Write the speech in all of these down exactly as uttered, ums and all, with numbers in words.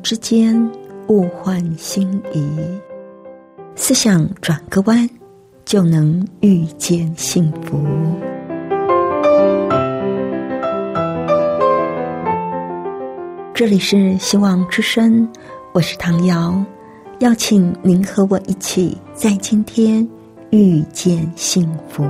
之间物换星移，思想转个弯，就能遇见幸福。这里是希望之声，我是唐瑶，邀请您和我一起在今天遇见幸福。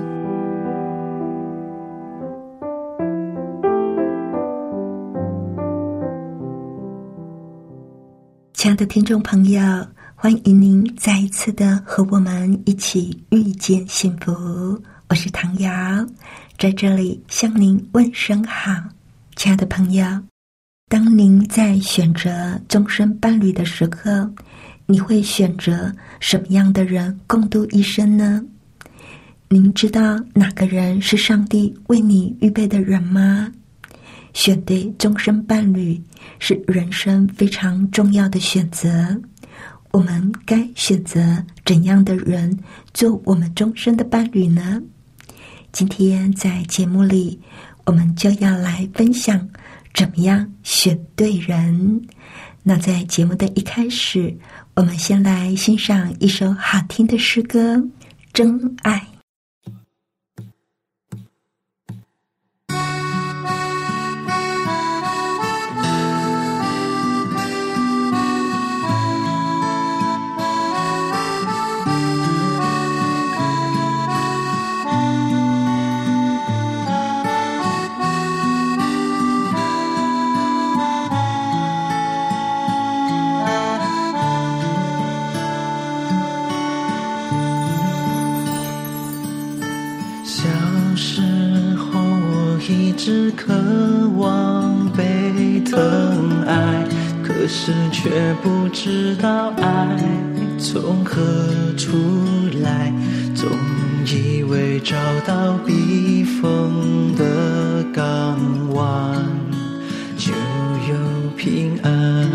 亲爱的听众朋友，欢迎您再一次的和我们一起遇见幸福。我是唐瑶，在这里向您问声好。亲爱的朋友，当您在选择终身伴侣的时候，你会选择什么样的人共度一生呢？您知道哪个人是上帝为你预备的人吗？选对终身伴侣是人生非常重要的选择。我们该选择怎样的人做我们终身的伴侣呢？今天在节目里，我们就要来分享怎么样选对人。那在节目的一开始，我们先来欣赏一首好听的诗歌《真爱》。 只渴望被疼爱，可是却不知道爱从何处来，总以为找到避风的港湾就有平安。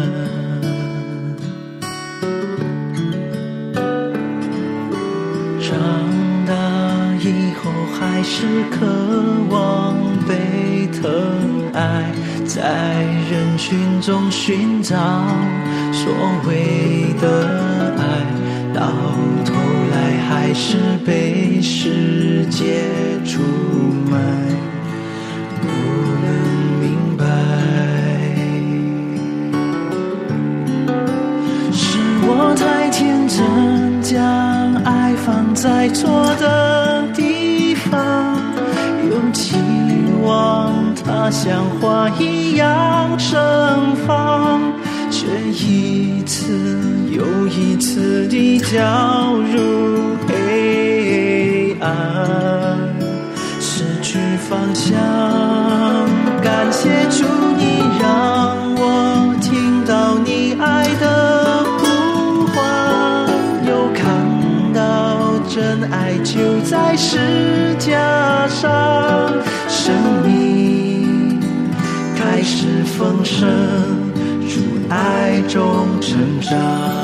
长大以后还是渴望被疼爱，在人群中寻找所谓的爱，到头来还是被世界出卖，不能明白，是我太天真，将爱放在错的地方，用期望它像花一样盛放，却一次又一次地掉入黑暗，失去方向。感谢主，你让我听到你爱的呼唤，又看到真爱就在石架上，生命开始丰盛，入爱中成长。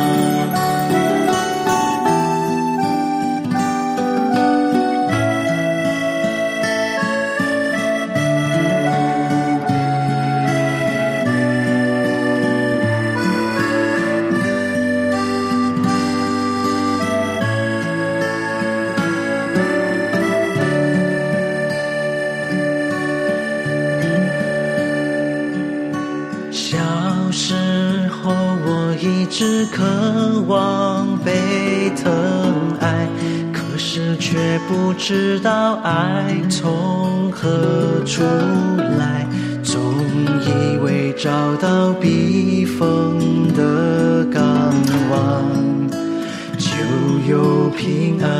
只渴望被疼爱，可是却不知道爱从何处来，总以为找到避风的港湾就有平安。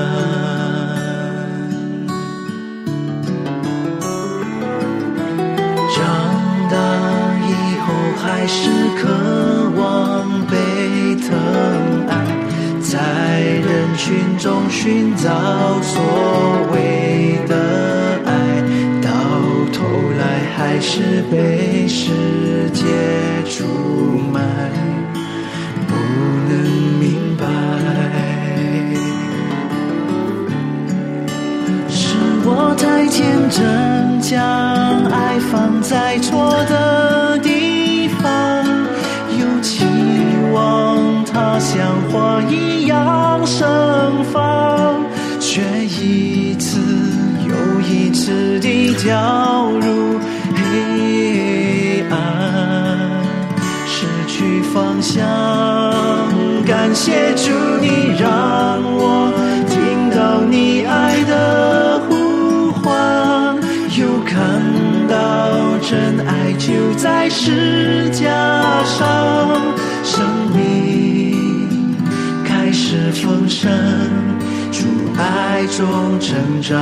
长大以后还是渴望被疼爱，在人群中寻找所谓的爱，到头来还是被世界出卖，不能明白，是我太天真，将爱放在错的地方， 像花一样盛放，却一次又一次地掉入黑暗，失去方向。感谢主，你让我听到你爱的呼唤，又看到真爱就在十架上，生命开始丰盛，主爱中成长。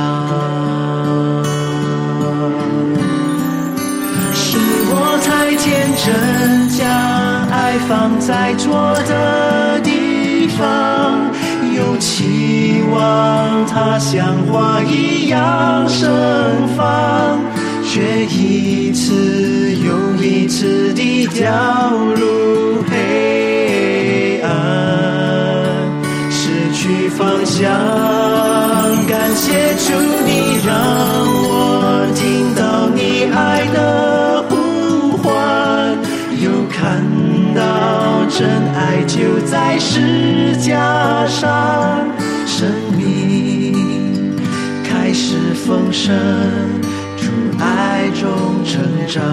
是我太天真，将爱放在错的地方，又期望它像花一样盛放，却一次又一次地掉入黑暗，失去方向。感谢主，你让我听到你爱的呼唤，又看到真爱就在十架上，生命开始丰盛，主爱中成长。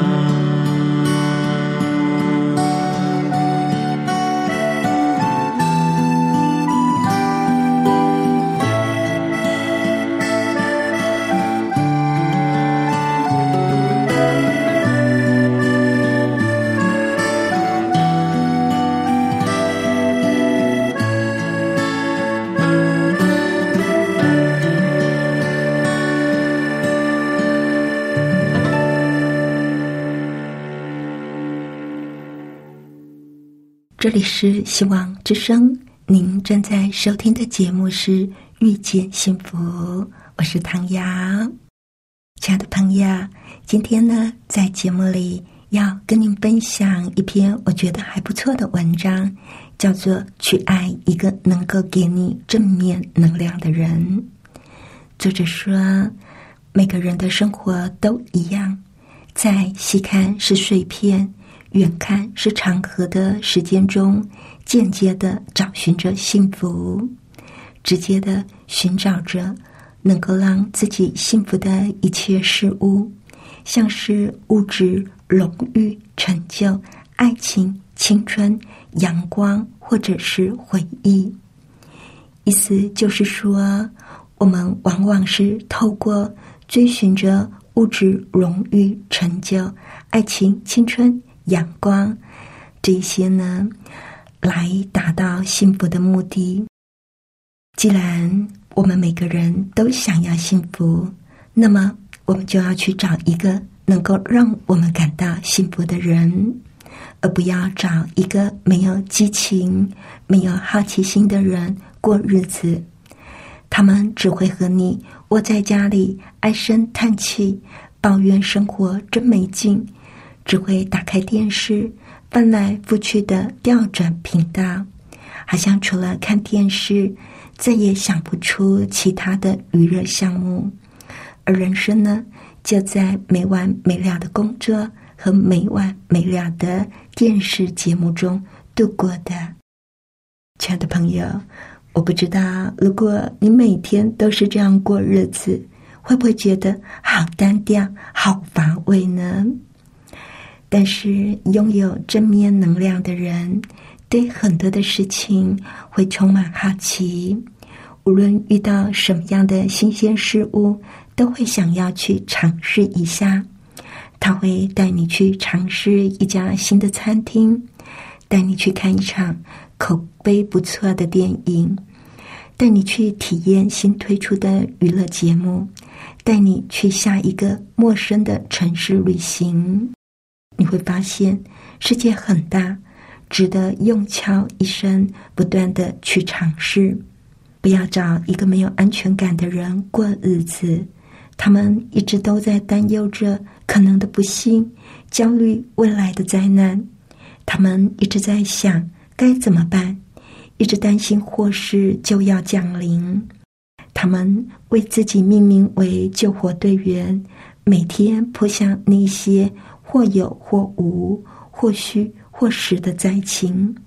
这里是希望之声，您正在收听的节目是遇见幸福，我是唐瑶。亲爱的朋友，今天呢，在节目里要跟您分享一篇我觉得还不错的文章，叫做去爱一个能够给你正面能量的人。作者说，每个人的生活都一样，在细看是碎片，远看是长河的时间中，间接地找寻着幸福，直接地寻找着能够让自己幸福的一切事物，像是物质、荣誉、成就、爱情、青春、阳光，或者是回忆。意思就是说，我们往往是透过追寻着物质、荣誉、成就、爱情、青春、阳光这些呢，来达到幸福的目的。既然我们每个人都想要幸福，那么我们就要去找一个能够让我们感到幸福的人，而不要找一个没有激情、没有好奇心的人过日子。他们只会和你窝在家里唉声叹气，抱怨生活真没劲，只会打开电视翻来覆去的调转频道，好像除了看电视再也想不出其他的娱乐项目，而人生呢，就在没完没了的工作和没完没了的电视节目中度过的。亲爱的朋友，我不知道如果你每天都是这样过日子，会不会觉得好单调、好乏味呢？但是拥有正面能量的人，对很多的事情会充满好奇，无论遇到什么样的新鲜事物，都会想要去尝试一下。他会带你去尝试一家新的餐厅，带你去看一场口碑不错的电影，带你去体验新推出的娱乐节目，带你去下一个陌生的城市旅行。你会发现世界很大，值得用巧一生不断的去尝试。不要找一个没有安全感的人过日子，他们一直都在担忧着可能的不幸，焦虑未来的灾难。他们一直在想该怎么办，一直担心祸事就要降临。他们为自己命名为救火队员，每天扑向那些或有或无、或虚或实的灾情，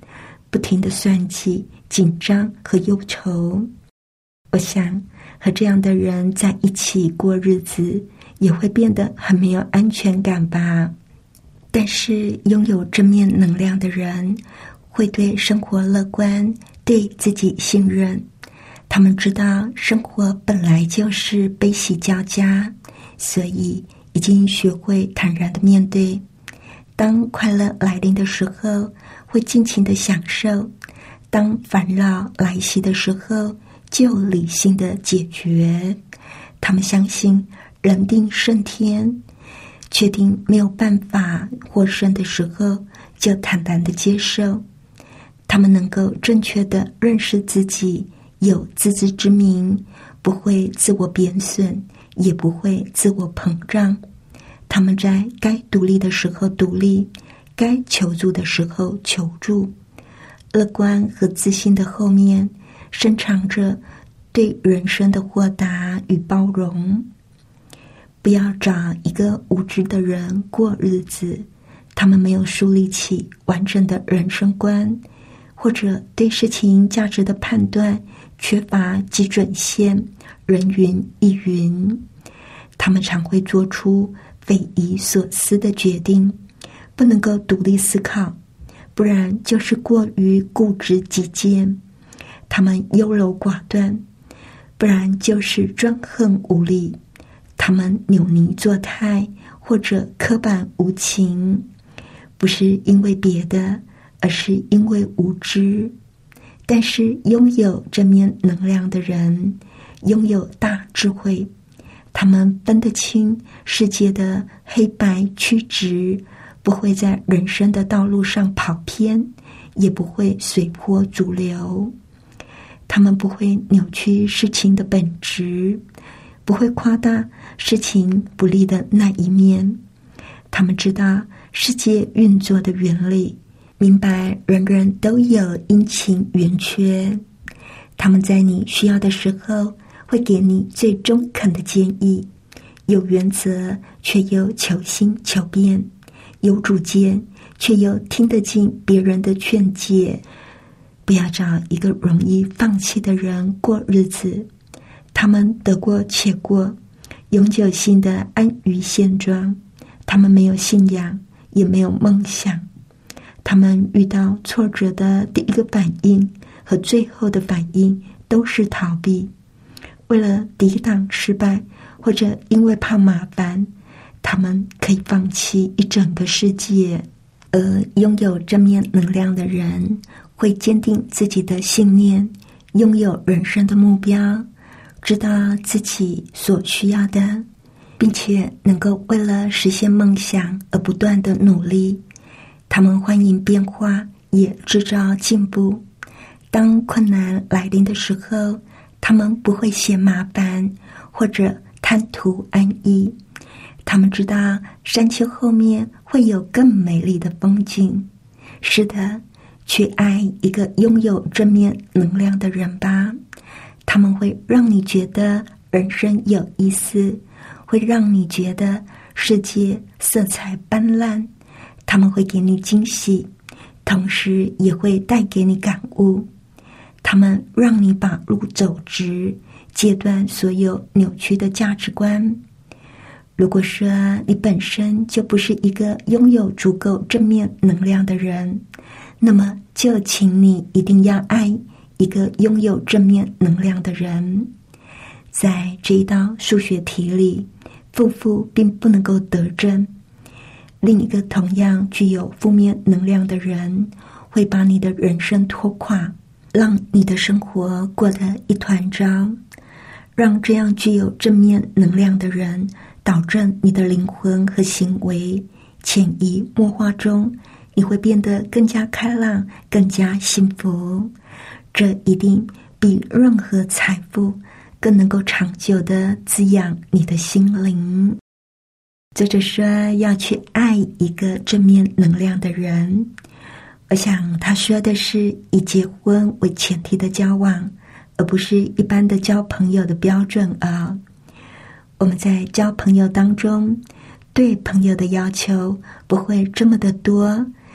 不停地算计、紧张和忧愁。我想和这样的人在一起过日子，也会变得很没有安全感吧。但是拥有正面能量的人，会对生活乐观，对自己信任。他们知道生活本来就是悲喜交加，所以已经学会坦然地面对。当快乐来临的时候，会尽情地享受；当烦恼来袭的时候，就理性地解决。他们相信人定胜天，确定没有办法获胜的时候，就坦然地接受。他们能够正确地认识自己，有自知之明，不会自我贬损，也不会自我膨胀。他们在该独立的时候独立，该求助的时候求助。乐观和自信的后面，深藏着对人生的豁达与包容。不要找一个无知的人过日子，他们没有树立起完整的人生观，或者对事情价值的判断缺乏基准线，人云亦云。他们常会做出匪夷所思的决定，不能够独立思考，不然就是过于固执己见。他们优柔寡断，不然就是专横无理。他们扭捏作态，或者刻板无情，不是因为别的，而是因为无知。但是拥有正面能量的人，拥有大智慧，他们分得清世界的黑白曲直，不会在人生的道路上跑偏，也不会随波逐流。他们不会扭曲事情的本质，不会夸大事情不利的那一面。他们知道世界运作的原理，明白人人都有阴晴圆缺。他们在你需要的时候，会给你最中肯的建议，有原则却又求新求变，有主见却又听得进别人的劝诫。不要找一个容易放弃的人过日子，他们得过且过，永久性的安于现状。他们没有信仰，也没有梦想。他们遇到挫折的第一个反应和最后的反应都是逃避。为了抵挡失败，或者因为怕麻烦，他们可以放弃一整个世界。而拥有正面能量的人，会坚定自己的信念，拥有人生的目标，知道自己所需要的，并且能够为了实现梦想而不断的努力。他们欢迎变化，也制造进步。当困难来临的时候，他们不会嫌麻烦，或者贪图安逸。他们知道山丘后面会有更美丽的风景。是的，去爱一个拥有正面能量的人吧，他们会让你觉得人生有意思，会让你觉得世界色彩斑斓，他们会给你惊喜，同时也会带给你感悟。他们让你把路走直，戒断所有扭曲的价值观。如果说你本身就不是一个拥有足够正面能量的人，那么就请你一定要爱一个拥有正面能量的人。在这一道数学题里，负负并不能够得正。另一个同样具有负面能量的人，会把你的人生拖垮，让你的生活过得一团糟。让这样具有正面能量的人导正你的灵魂和行为，潜移默化中，你会变得更加开朗，更加幸福。这一定比任何财富更能够长久地滋养你的心灵。作者说要去爱一个正面能量的人，我想他说的是以结婚为前提的交往，而不是一般的交朋友的标准啊。我们在交朋友当中，对朋友的要求不会这么的多，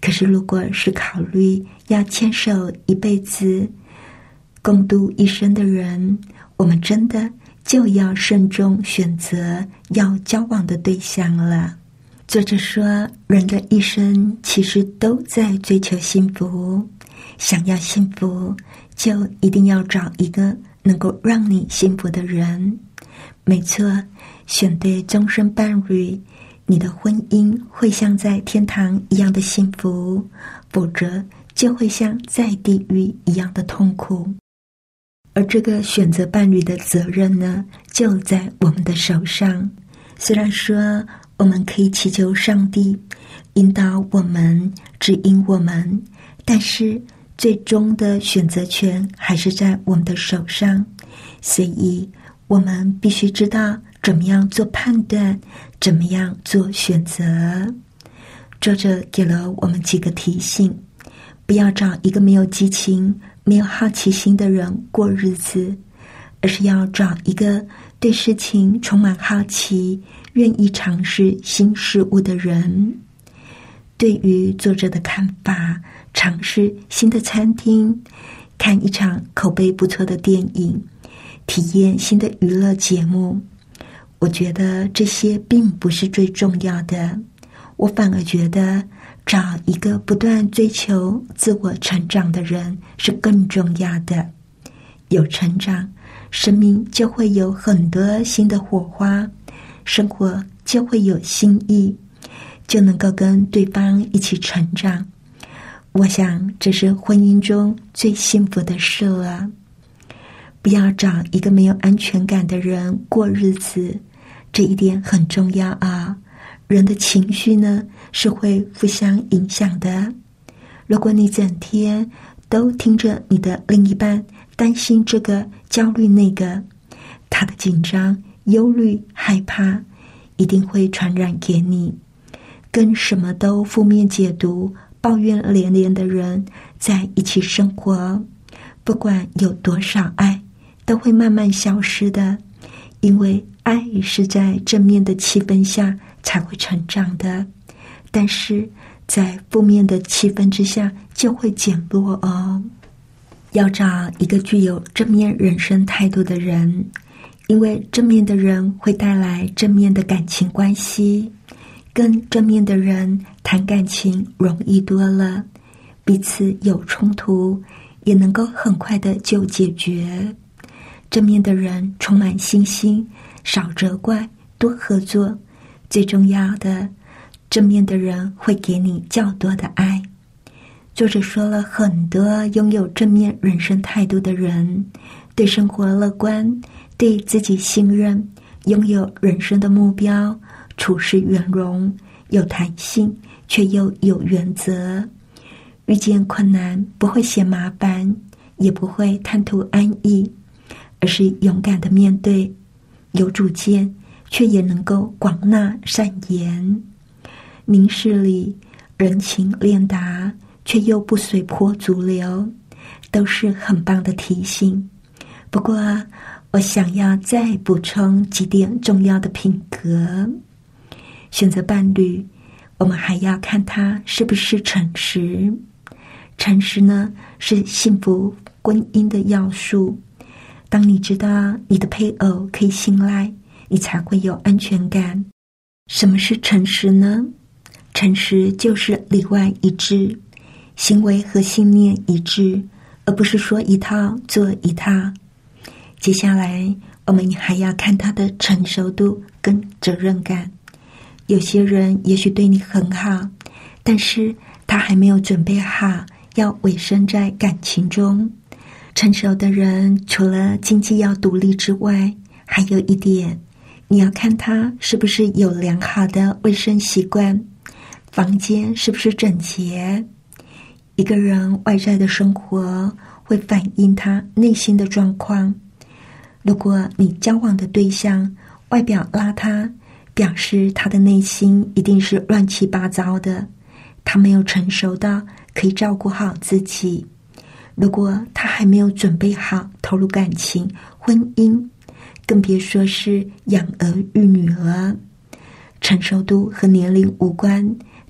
可是如果是考虑要牵手一辈子共度一生的人，我们真的就要慎重选择要交往的对象了。作者说，人的一生其实都在追求幸福，想要幸福就一定要找一个能够让你幸福的人。没错，选对终身伴侣，你的婚姻会像在天堂一样的幸福，否则就会像在地狱一样的痛苦。而这个选择伴侣的责任呢，就在我们的手上。虽然说我们可以祈求上帝引导我们、指引我们，但是最终的选择权还是在我们的手上。所以我们必须知道怎么样做判断，怎么样做选择。作者给了我们几个提醒：不要找一个没有激情、没有好奇心的人过日子，而是要找一个对事情充满好奇、愿意尝试新事物的人。对于作者的看法，尝试新的餐厅，看一场口碑不错的电影，体验新的娱乐节目，我觉得这些并不是最重要的。我反而觉得找一个不断追求自我成长的人是更重要的。有成长，生命就会有很多新的火花，生活就会有新意，就能够跟对方一起成长。我想这是婚姻中最幸福的事了。不要找一个没有安全感的人过日子，这一点很重要啊。人的情绪呢，是会互相影响的。如果你整天都听着你的另一半担心这个焦虑那个，他的紧张、忧虑、害怕一定会传染给你。跟什么都负面解读、抱怨连连的人在一起生活，不管有多少爱，都会慢慢消失的。因为爱是在正面的气氛下才会成长的，但是在负面的气氛之下就会减弱哦。要找一个具有正面人生态度的人，因为正面的人会带来正面的感情关系，跟正面的人谈感情容易多了，彼此有冲突也能够很快的就解决。正面的人充满信心，少责怪，多合作。最重要的，正面的人会给你较多的爱。作者说了很多拥有正面人生态度的人，对生活乐观，对自己信任，拥有人生的目标，处事圆融，有弹性，却又有原则。遇见困难不会嫌麻烦，也不会贪图安逸，而是勇敢的面对，有主见，却也能够广纳善言，明事理，人情练达，却又不随波逐流，都是很棒的提醒。不过我想要再补充几点重要的品格。选择伴侣，我们还要看他是不是诚实。诚实呢，是幸福婚姻的要素。当你知道你的配偶可以信赖，你才会有安全感。什么是诚实呢？诚实就是里外一致，行为和信念一致，而不是说一套做一套。接下来我们还要看他的成熟度跟责任感。有些人也许对你很好，但是他还没有准备好要委身在感情中。成熟的人除了经济要独立之外，还有一点，你要看他是不是有良好的卫生习惯，房间是不是整洁。一个人外在的生活会反映他内心的状况。如果你交往的对象外表邋遢，表示他的内心一定是乱七八糟的，他没有成熟到可以照顾好自己。如果他还没有准备好投入感情、婚姻，更别说是养儿育女了。成熟度和年龄无关，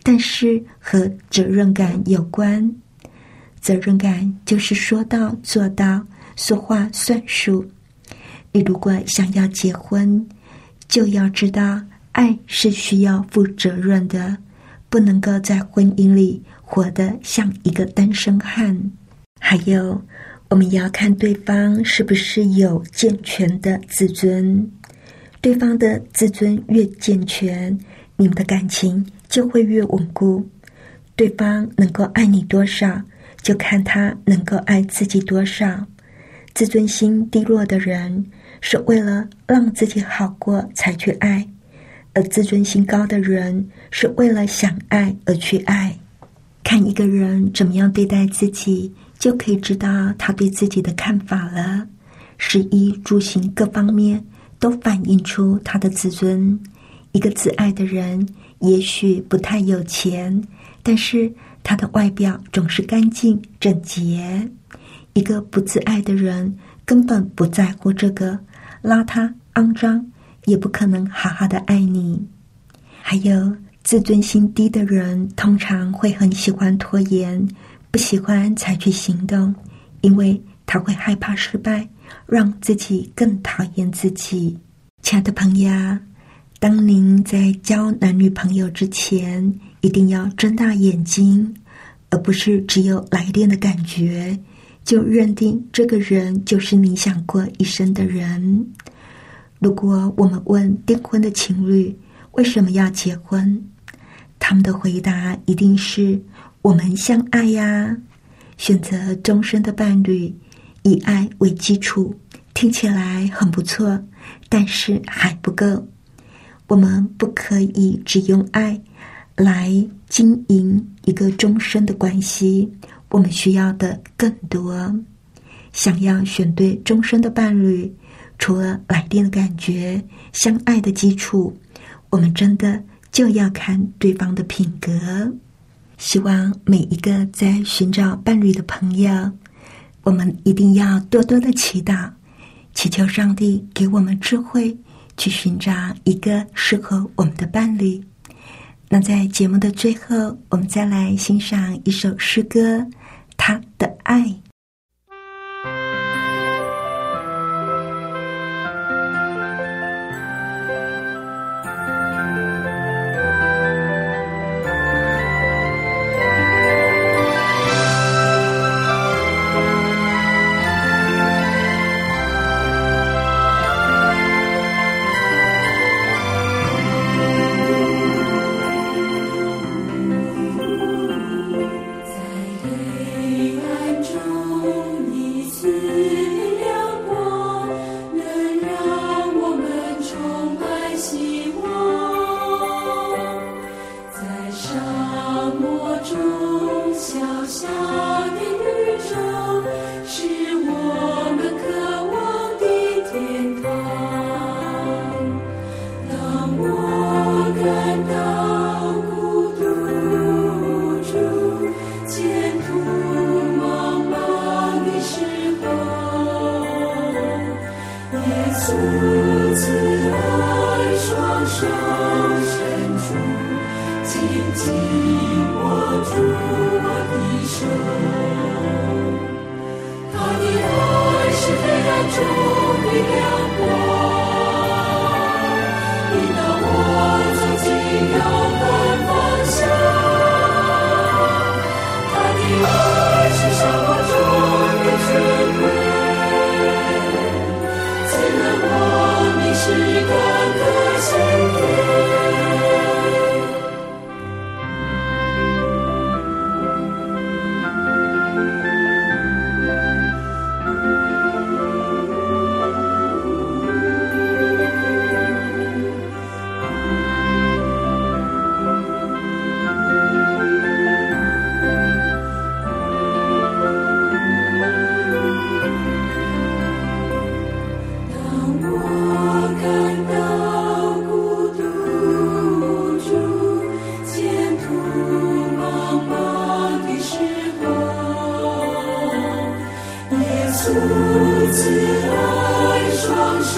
但是和责任感有关。责任感就是说到做到，说话算数。你如果想要结婚，就要知道爱是需要负责任的，不能够在婚姻里活得像一个单身汉。还有，我们要看对方是不是有健全的自尊。对方的自尊越健全，你们的感情就会越稳固。对方能够爱你多少，就看他能够爱自己多少。自尊心低落的人是为了让自己好过才去爱，而自尊心高的人是为了想爱而去爱。看一个人怎么样对待自己，就可以知道他对自己的看法了。食衣住行各方面都反映出他的自尊。一个自爱的人也许不太有钱，但是他的外表总是干净整洁。一个不自爱的人根本不在乎这个，邋遢肮脏也不可能好好的爱你。还有，自尊心低的人通常会很喜欢拖延，不喜欢采取行动，因为他会害怕失败，让自己更讨厌自己。亲爱的朋友，当您在交男女朋友之前，一定要睁大眼睛，而不是只有来电的感觉就认定这个人就是你想过一生的人。如果我们问订婚的情侣为什么要结婚，他们的回答一定是我们相爱呀。选择终身的伴侣，以爱为基础，听起来很不错，但是还不够。我们不可以只用爱来经营一个终身的关系，我们需要的更多。想要选对终身的伴侣，除了来电的感觉、相爱的基础，我们真的就要看对方的品格。希望每一个在寻找伴侣的朋友，我们一定要多多的祈祷，祈求上帝给我们智慧，去寻找一个适合我们的伴侣。那在节目的最后，我们再来欣赏一首诗歌《他的爱》。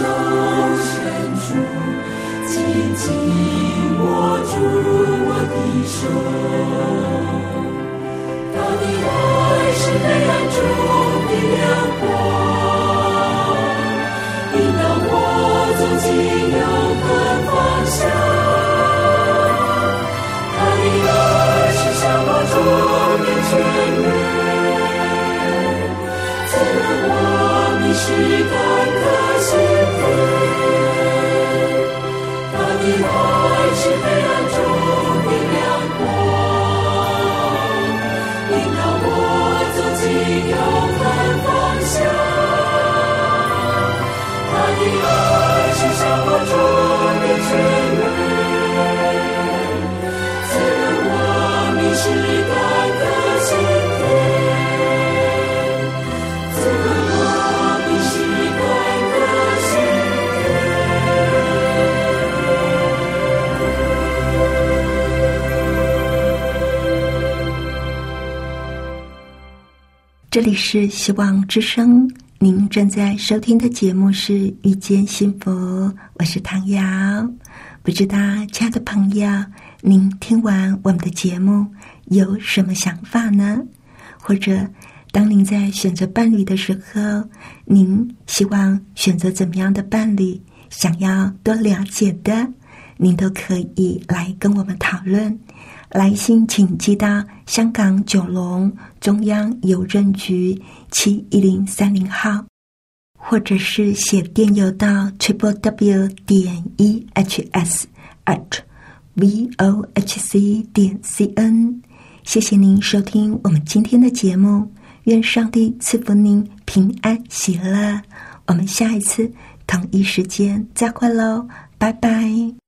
紧紧握住我的说，他的爱是黑暗中的亮光，引导我走进永恒方向。他的爱是沙漠中的泉源，滋润我迷失干渴心田。他的爱是黑暗中的亮光，引导我走进永恒方向。他的爱是沙漠中的泉源，滋润我迷失干渴心田，滋润我迷失干渴心田。 这里是希望之声，您正在收听的节目是遇见幸福，我是唐瑶。不知道亲爱的朋友，您听完我们的节目有什么想法呢？或者当您在选择伴侣的时候，您希望选择怎么样的伴侣，想要多了解的，您都可以来跟我们讨论。来信请寄到香港九龙中央邮政局七一零三零号，或者是写电邮到 triple w 点 e h s at v o h c 点 c n。 谢谢您收听我们今天的节目，愿上帝赐福您平安喜乐。我们下一次同一时间再会喽，拜拜。